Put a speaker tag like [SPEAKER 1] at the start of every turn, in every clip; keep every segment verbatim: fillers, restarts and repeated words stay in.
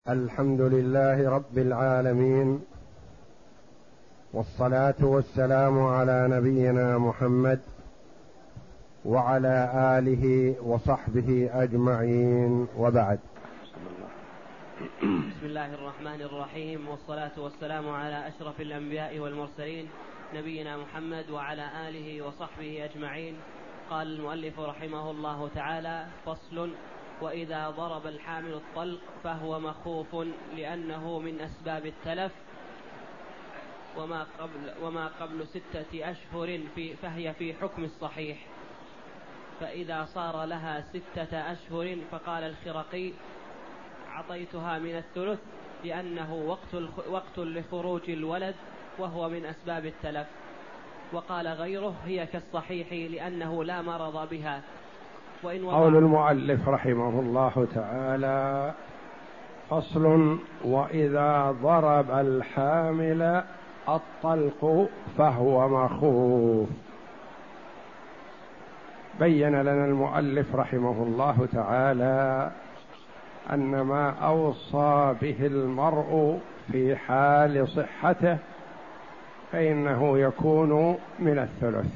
[SPEAKER 1] الحمد لله رب العالمين، والصلاة والسلام على نبينا محمد وعلى آله وصحبه أجمعين، وبعد.
[SPEAKER 2] بسم الله الرحمن الرحيم، والصلاة والسلام على أشرف الأنبياء والمرسلين نبينا محمد وعلى آله وصحبه أجمعين. قال المؤلف رحمه الله تعالى: فصل: وإذا ضرب الحامل الطلق فهو مخوف لأنه من أسباب التلف، وما قبل, وما قبل ستة أشهر في فهي في حكم الصحيح. فإذا صار لها ستة أشهر فقال الخرقي: عطيتها من الثلث لأنه وقت, وقت لخروج الولد وهو من أسباب التلف. وقال غيره: هي كالصحيح لأنه لا مرض بها.
[SPEAKER 1] قول المؤلف رحمه الله تعالى: فصل: وإذا ضرب الحامل الطلق فهو مخوف. بين لنا المؤلف رحمه الله تعالى أن ما أوصى به المرء في حال صحته فإنه يكون من الثلث،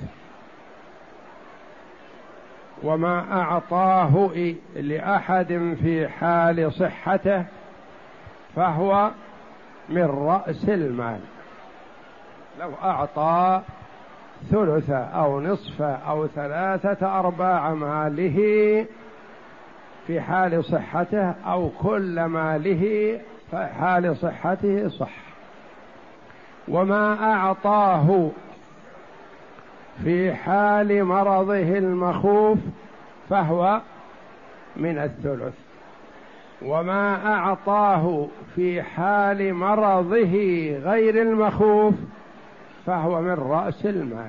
[SPEAKER 1] وما أعطاه لأحد في حال صحته فهو من رأس المال. لو أعطى ثلث أو نصف أو ثلاثة أرباع ماله في حال صحته أو كل ماله في حال صحته صح. وما أعطاه في حال مرضه المخوف فهو من الثلث، وما أعطاه في حال مرضه غير المخوف فهو من رأس المال.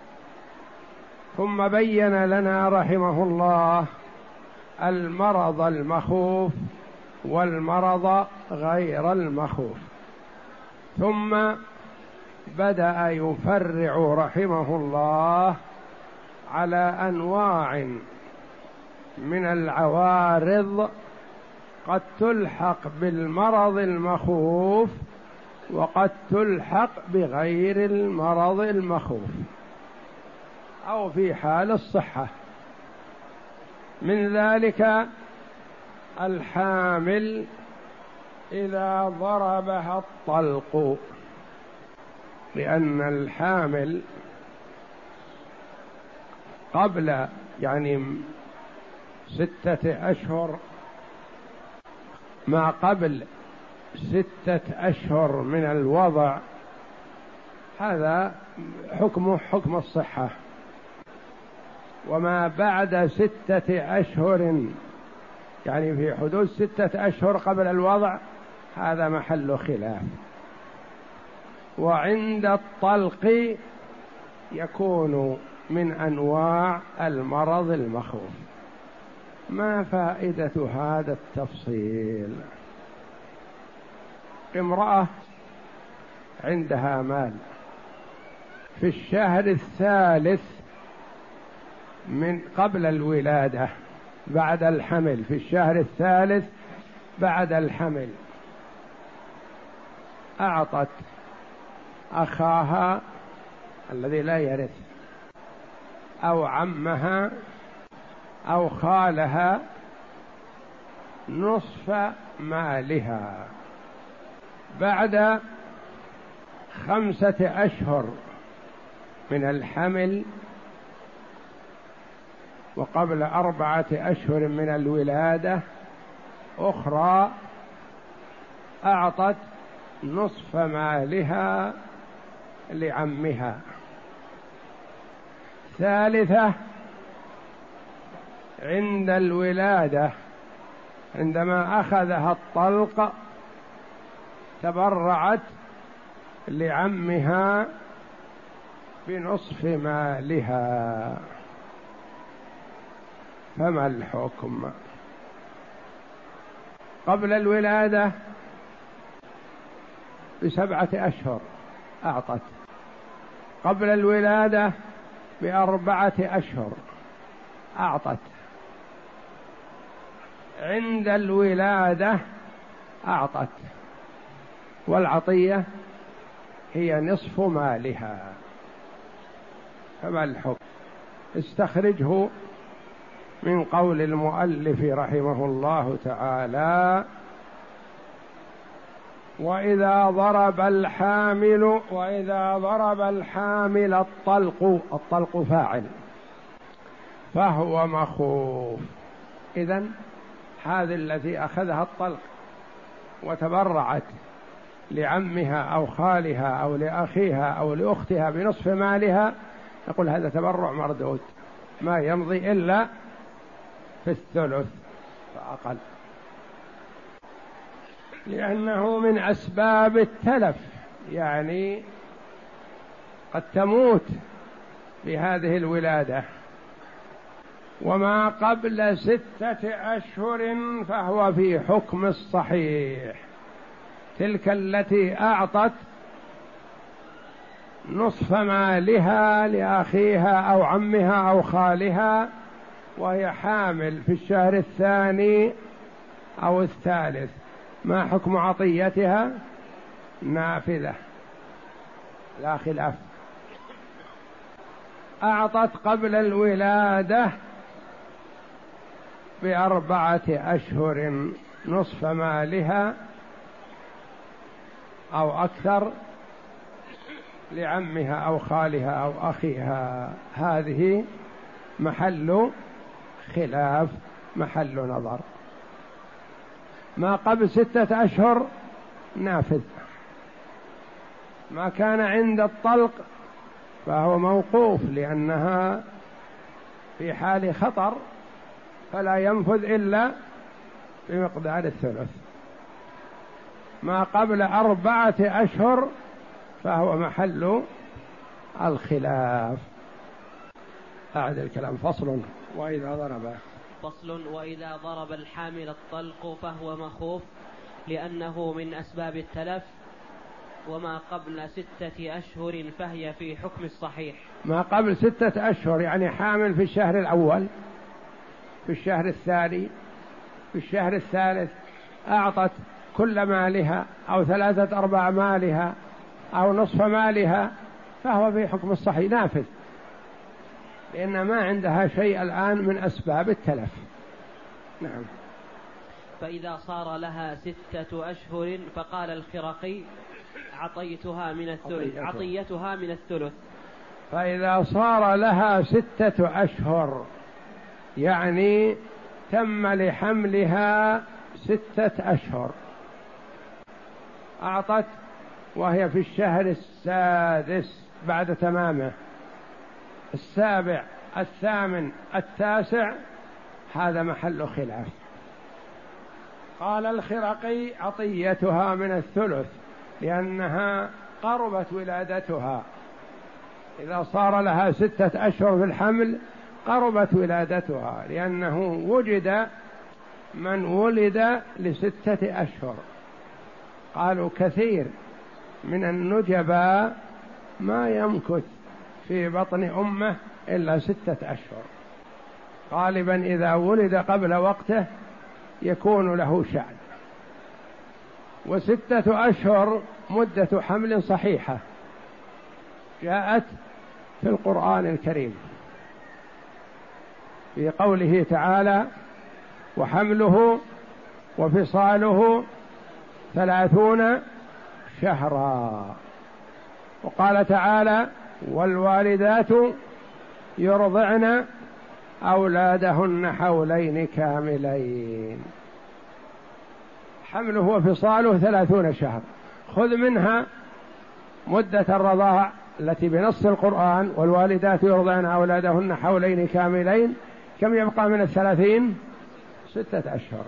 [SPEAKER 1] ثم بين لنا رحمه الله المرض المخوف والمرض غير المخوف، ثم بدأ يفرع رحمه الله على أنواع من العوارض قد تلحق بالمرض المخوف وقد تلحق بغير المرض المخوف أو في حال الصحة. من ذلك الحامل إذا ضربها الطلق، لأن الحامل قبل يعني ستة أشهر ما قبل ستة أشهر من الوضع هذا حكمه حكم الصحة، وما بعد ستة أشهر يعني في حدود ستة أشهر قبل الوضع هذا محل خلاف. وعند الطلق يكون من أنواع المرض المخوف. ما فائدة هذا التفصيل؟ امرأة عندها مال في الشهر الثالث من قبل الولادة بعد الحمل، في الشهر الثالث بعد الحمل أعطت أخاها الذي لا يرث أو عمها أو خالها نصف مالها بعد خمسة أشهر من الحمل وقبل أربعة أشهر من الولادة أخرى أعطت نصف مالها لعمها. ثالثة عند الولادة عندما أخذها الطلق تبرعت لعمها بنصف مالها. فما الحكم؟ قبل الولادة بسبعة أشهر أعطت، قبل الولادة بأربعة أشهر أعطت، عند الولادة أعطت، والعطية هي نصف مالها، فما الحكم؟ استخرجه من قول المؤلف رحمه الله تعالى: وإذا ضرب الحامل وإذا ضرب الحامل الطلق، الطلق فاعل، فهو مخوف. إذن هذه التي أخذها الطلق وتبرعت لعمها أو خالها أو لأخيها أو لأختها بنصف مالها، نقول هذا تبرع مردود، ما يمضي إلا في الثلث فأقل، لأنه من أسباب التلف، يعني قد تموت بهذه الولادة. وما قبل ستة أشهر فهو في حكم الصحيح. تلك التي أعطت نصف مالها لأخيها أو عمها أو خالها وهي حامل في الشهر الثاني أو الثالث، ما حكم عطيتها؟ نافذة لا خلاف. أعطت قبل الولادة بأربعة أشهر نصف مالها أو أكثر لعمها أو خالها أو أخيها، هذه محل خلاف، محل نظر. ما قبل ستة أشهر نافذ، ما كان عند الطلق فهو موقوف، لأنها في حال خطر فلا ينفذ إلا بمقدار الثلث. ما قبل أربعة أشهر فهو محل الخلاف. أعد الكلام. فصل وإذا ضرب
[SPEAKER 2] فصل وإذا ضرب الحامل الطلق فهو مخوف لأنه من أسباب التلف. وما قبل ستة أشهر فهي في حكم الصحيح.
[SPEAKER 1] ما قبل ستة أشهر يعني حامل في الشهر الأول، في الشهر الثاني، في الشهر الثالث، أعطت كل مالها أو ثلاثة أرباع مالها أو نصف مالها، فهو في حكم الصحيح نافذ، لأن ما عندها شيء الآن من أسباب التلف. نعم.
[SPEAKER 2] فإذا صار لها ستة أشهر فقال الخرقي عطيتها من الثلث عطيتها من الثلث.
[SPEAKER 1] فإذا صار لها ستة أشهر يعني تم لحملها ستة أشهر، أعطت وهي في الشهر السادس بعد تمامه، السابع الثامن التاسع، هذا محل خلاف. قال الخرقي عطيتها من الثلث لأنها قربت ولادتها، إذا صار لها ستة أشهر في الحمل قربت ولادتها، لأنه وجد من ولد لستة أشهر. قالوا كثير من النجباء ما يمكث في بطن أمه إلا ستة أشهر، غالبا إذا ولد قبل وقته يكون له شأن. وستة أشهر مدة حمل صحيحة جاءت في القرآن الكريم في قوله تعالى: وحمله وفصاله ثلاثون شهرا. وقال تعالى: والوالدات يرضعن أولادهن حولين كاملين. حمله وفصاله ثلاثون شهر، خذ منها مدة الرضاع التي بنص القرآن: والوالدات يرضعن أولادهن حولين كاملين، كم يبقى من الثلاثين؟ ستة أشهر.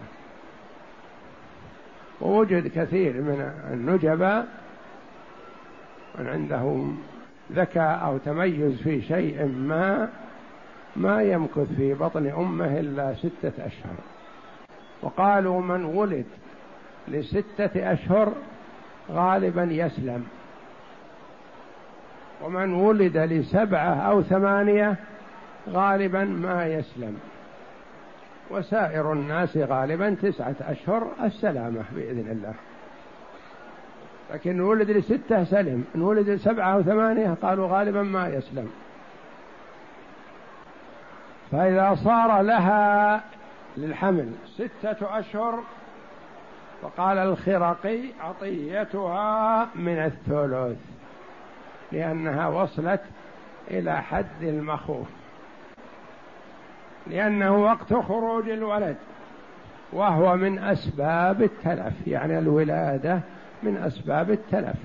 [SPEAKER 1] ووجد كثير من النجباء من عندهم ذكاء أو تميز في شيء ما ما يمكث في بطن أمه إلا ستة أشهر. وقالوا من ولد لستة أشهر غالبا يسلم، ومن ولد لسبعة أو ثمانية غالبا ما يسلم، وسائر الناس غالبا تسعة أشهر السلامة بإذن الله. لكن إن ولد لستة سلم، إن ولد لسبعة أو ثمانية قالوا غالبا ما يسلم. فإذا صار لها للحمل ستة أشهر فقال الخرقي عطيتها من الثلث، لأنها وصلت إلى حد المخوف، لأنه وقت خروج الولد وهو من أسباب التلف، يعني الولادة من أسباب التلف.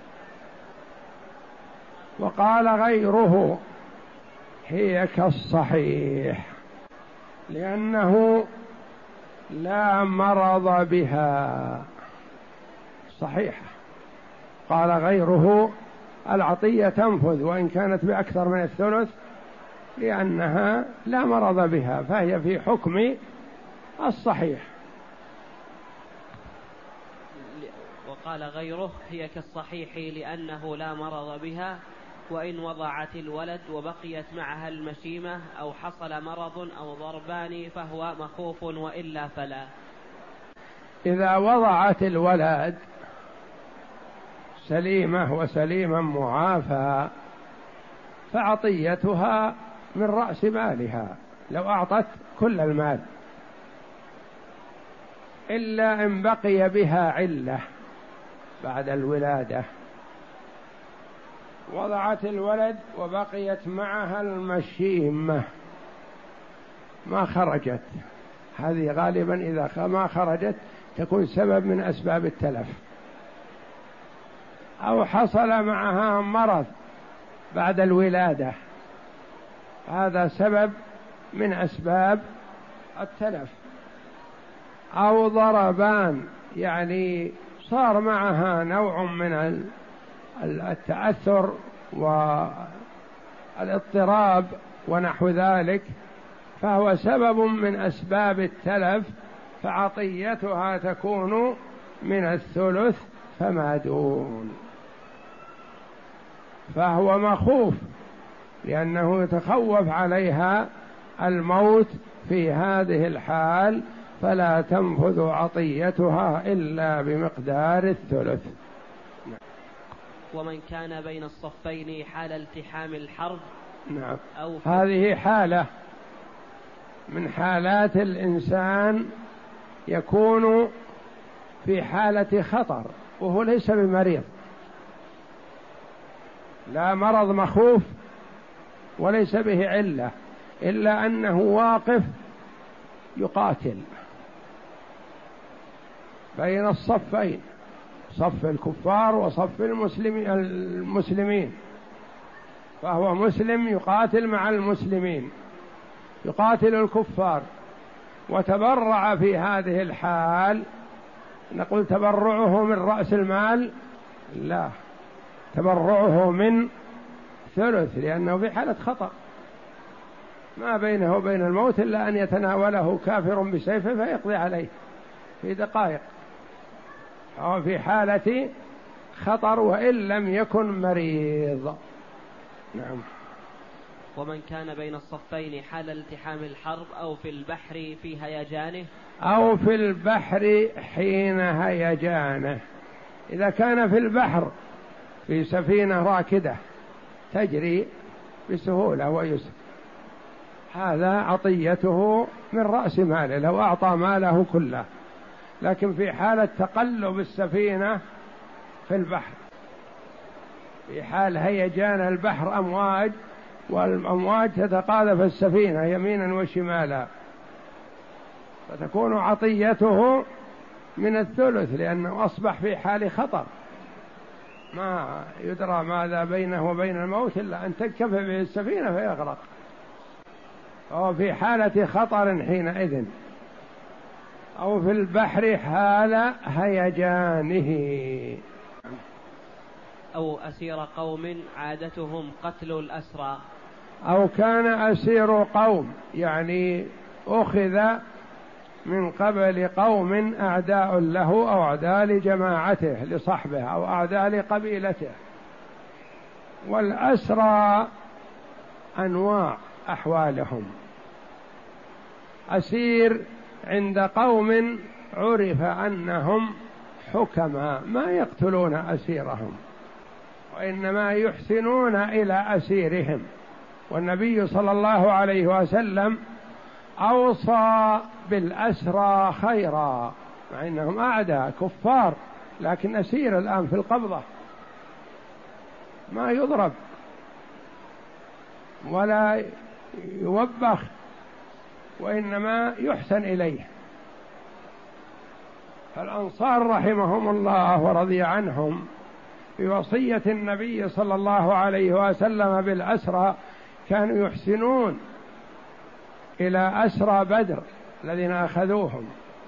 [SPEAKER 1] وقال غيره هي كالصحيح لأنه لا مرض بها، صحيحة. قال غيره العطية تنفذ وإن كانت بأكثر من الثلث لأنها لا مرض بها، فهي في حكم الصحيح.
[SPEAKER 2] وقال غيره هي كالصحيح لأنه لا مرض بها، وإن وضعت الولد وبقيت معها المشيمة أو حصل مرض أو ضربان فهو مخوف، وإلا فلا.
[SPEAKER 1] إذا وضعت الولد سليمة وسليما معافى فعطيتها من رأس مالها لو أعطت كل المال، إلا إن بقي بها علة بعد الولادة. وضعت الولد وبقيت معها المشيمة ما خرجت، هذه غالبا إذا ما خرجت تكون سبب من أسباب التلف. أو حصل معها مرض بعد الولادة، هذا سبب من أسباب التلف. أو ضربان، يعني صار معها نوع من التأثر والاضطراب ونحو ذلك، فهو سبب من أسباب التلف، فعطيتها تكون من الثلث فما دون. فهو مخوف لأنه يتخوف عليها الموت في هذه الحال، فلا تنفذ عطيتها إلا بمقدار الثلث.
[SPEAKER 2] ومن كان بين الصفين حال التحام الحرب.
[SPEAKER 1] نعم، أو هذه حالة من حالات الإنسان يكون في حالة خطر وهو ليس بمريض، لا مرض مخوف وليس به علة، إلا أنه واقف يقاتل بين الصفين، صف الكفار وصف المسلمين، فهو مسلم يقاتل مع المسلمين، يقاتل الكفار. وتبرع في هذه الحال، نقول تبرعه من رأس المال؟ لا، تبرعه من ثلث، لأنه في حالة خطر ما بينه وبين الموت إلا أن يتناوله كافر بسيفه فيقضي عليه في دقائق، أو في حالة خطر وإن لم يكن مريض. نعم.
[SPEAKER 2] ومن كان بين الصفين حال التحام الحرب أو في البحر في هيجانه.
[SPEAKER 1] أو في البحر حين هيجانه، إذا كان في البحر في سفينة راكدة تجري بسهولة ويسر، هذا عطيته من رأس ماله لو أعطى ماله كله. لكن في حالة تقلب السفينة في البحر، في حال هيجان البحر أمواج والأمواج تتقاذف السفينة يمينا وشمالا، فتكون عطيته من الثلث، لأنه أصبح في حال خطر ما يدرى ماذا بينه وبين الموت إلا أن تنكفئ به السفينة فيغرق، أو في حالة خطر حينئذ. أو في البحر حال هيجانه.
[SPEAKER 2] أو أسير قوم عادتهم قتل الأسرى.
[SPEAKER 1] أو كان أسير قوم، يعني أخذ من قبل قوم أعداء له أو أعداء لجماعته لصحبه أو أعداء لقبيلته. والأسرى أنواع أحوالهم، أسير عند قوم عرف أنهم حكما ما يقتلون أسيرهم، وإنما يحسنون إلى أسيرهم. والنبي صلى الله عليه وسلم أوصى بالأسرى خيرا، مع أنهم أعداء كفار، لكن أسير الآن في القبضة ما يضرب ولا يوبخ، وإنما يحسن إليه. فالأنصار رحمهم الله ورضي عنهم بوصية النبي صلى الله عليه وسلم بالأسرى كانوا يحسنون إلى أسرى بدر الذين أخذوهم،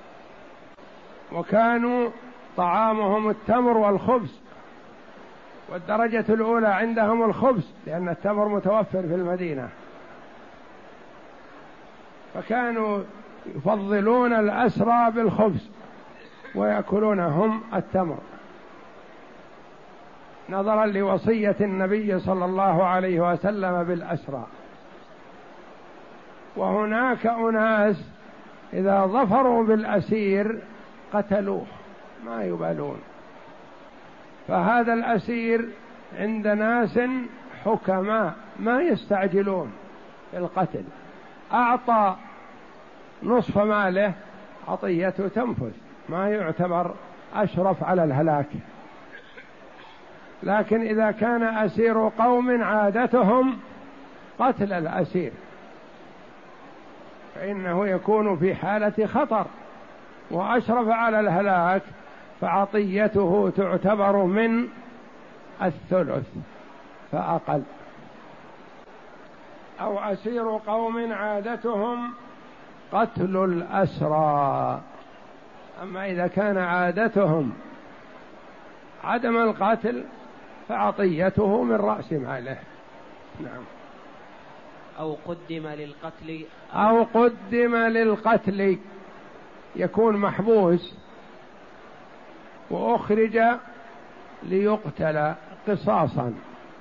[SPEAKER 1] وكانوا طعامهم التمر والخبز، والدرجة الأولى عندهم الخبز لأن التمر متوفر في المدينة، فكانوا يفضلون الأسرى بالخبز ويأكلون هم التمر نظرا لوصية النبي صلى الله عليه وسلم بالأسرى. وهناك أناس إذا ظفروا بالأسير قتلوه ما يبالون، فهذا الأسير عند ناس حكماء ما يستعجلون القتل، أعطى نصف ماله عطيته تنفذ ما يعتبر أشرف على الهلاك. لكن إذا كان أسير قوم عادتهم قتل الأسير فإنه يكون في حالة خطر وأشرف على الهلاك، فعطيته تعتبر من الثلث فأقل. أو أسير قوم عادتهم قتل الأسرى، أما إذا كان عادتهم عدم القتل فعطيته من رأس ماله. نعم.
[SPEAKER 2] أو قدم للقتل
[SPEAKER 1] أو قدم للقتل، يكون محبوس وأخرج ليقتل قصاصا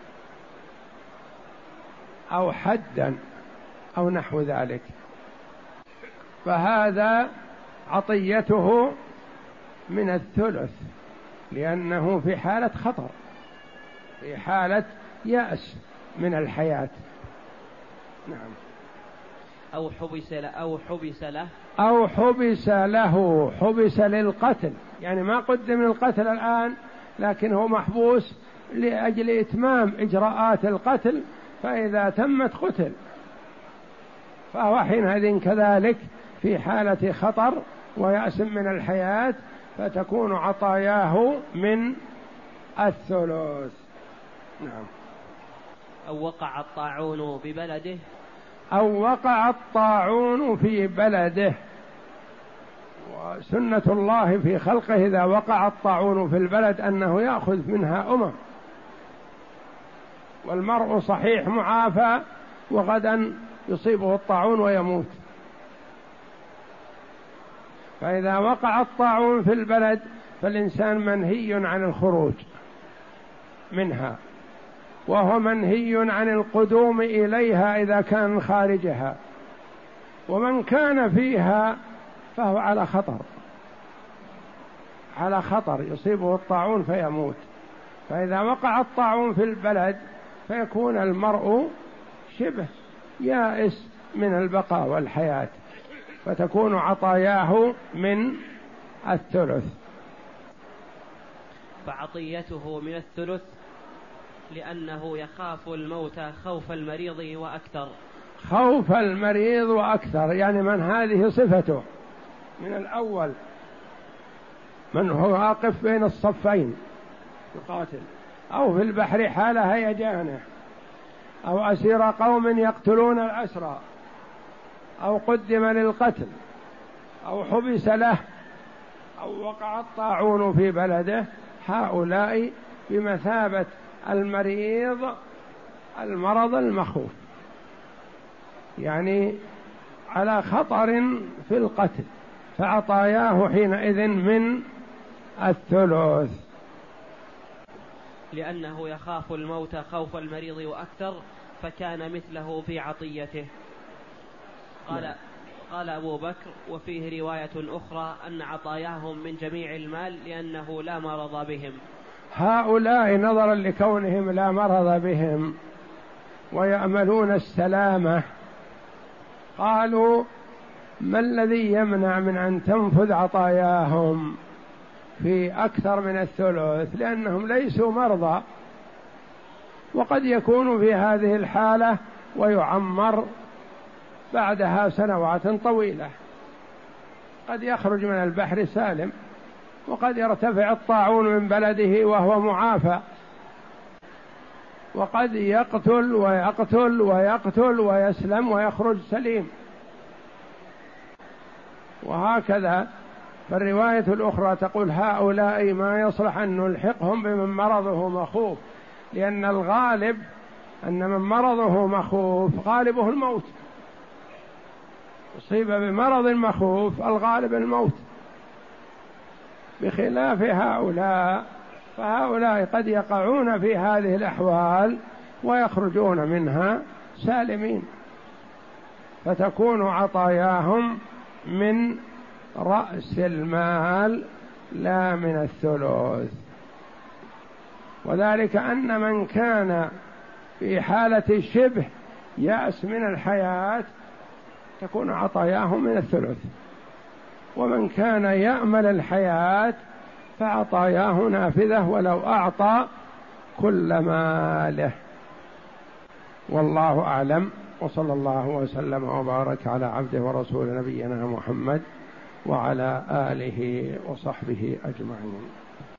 [SPEAKER 1] أو حدا أو نحو ذلك، فهذا عطيته من الثلث لأنه في حالة خطر، في حالة يأس من الحياة. نعم.
[SPEAKER 2] أو حبس له أو حبس له
[SPEAKER 1] أو حبس له حبس للقتل، يعني ما قدم للقتل الآن لكن هو محبوس لأجل إتمام إجراءات القتل، فإذا تمت قتل، فهو حينئذ كذلك في حالة خطر ويأس من الحياة، فتكون عطاياه من الثلث. نعم.
[SPEAKER 2] أو وقع الطاعون ببلده
[SPEAKER 1] أو وقع الطاعون في بلده، وسنة الله في خلقه إذا وقع الطاعون في البلد أنه يأخذ منها أمم، والمرء صحيح معافى وغدا يصيبه الطاعون ويموت. فإذا وقع الطاعون في البلد فالإنسان منهي عن الخروج منها، وهو منهي عن القدوم إليها إذا كان خارجها، ومن كان فيها فهو على خطر على خطر يصيبه الطاعون فيموت. فإذا وقع الطاعون في البلد فيكون المرء شبه يائس من البقاء والحياة، فتكون عطاياه من الثلث.
[SPEAKER 2] فعطيته من الثلث لأنه يخاف الموت خوف المريض وأكثر.
[SPEAKER 1] خوف المريض وأكثر، يعني من هذه صفته من الأول، من هو واقف بين الصفين يقاتل، أو في البحر حال هيجانه، أو أسير قوم يقتلون الأسرى، أو قدم للقتل، أو حبس له، أو وقع الطاعون في بلده، هؤلاء بمثابة المريض المرض المخوف، يعني على خطر في القتل، فعطاياه حينئذ من الثلث.
[SPEAKER 2] لأنه يخاف الموت خوف المريض وأكثر، فكان مثله في عطيته. قال قال أبو بكر: وفيه رواية أخرى أن عطاياهم من جميع المال لأنه لا مرض بهم.
[SPEAKER 1] هؤلاء نظرا لكونهم لا مرض بهم ويأملون السلامة قالوا: ما الذي يمنع من أن تنفذ عطاياهم في أكثر من الثلث؟ لأنهم ليسوا مرضى، وقد يكون في هذه الحالة ويعمر بعدها سنوات طويلة، قد يخرج من البحر سالم، وقد يرتفع الطاعون من بلده وهو معافى، وقد يقتل ويقتل ويقتل ويسلم ويخرج سليم، وهكذا. فالرواية الأخرى تقول: هؤلاء ما يصلح أن نلحقهم بمن مرضه مخوف، لأن الغالب أن من مرضه مخوف غالبه الموت، أصيب بمرض مخوف الغالب الموت، بخلاف هؤلاء، فهؤلاء قد يقعون في هذه الأحوال ويخرجون منها سالمين، فتكون عطاياهم من رأس المال لا من الثلث. وذلك أن من كان في حالة شبه يأس من الحياة تكون عطاياه من الثلث، ومن كان يأمل الحياة فعطاياه نافذة ولو أعطى كل ماله. والله أعلم، وصلى الله وسلم وبارك على عبده ورسول نبينا محمد وعلى آله وصحبه أجمعين.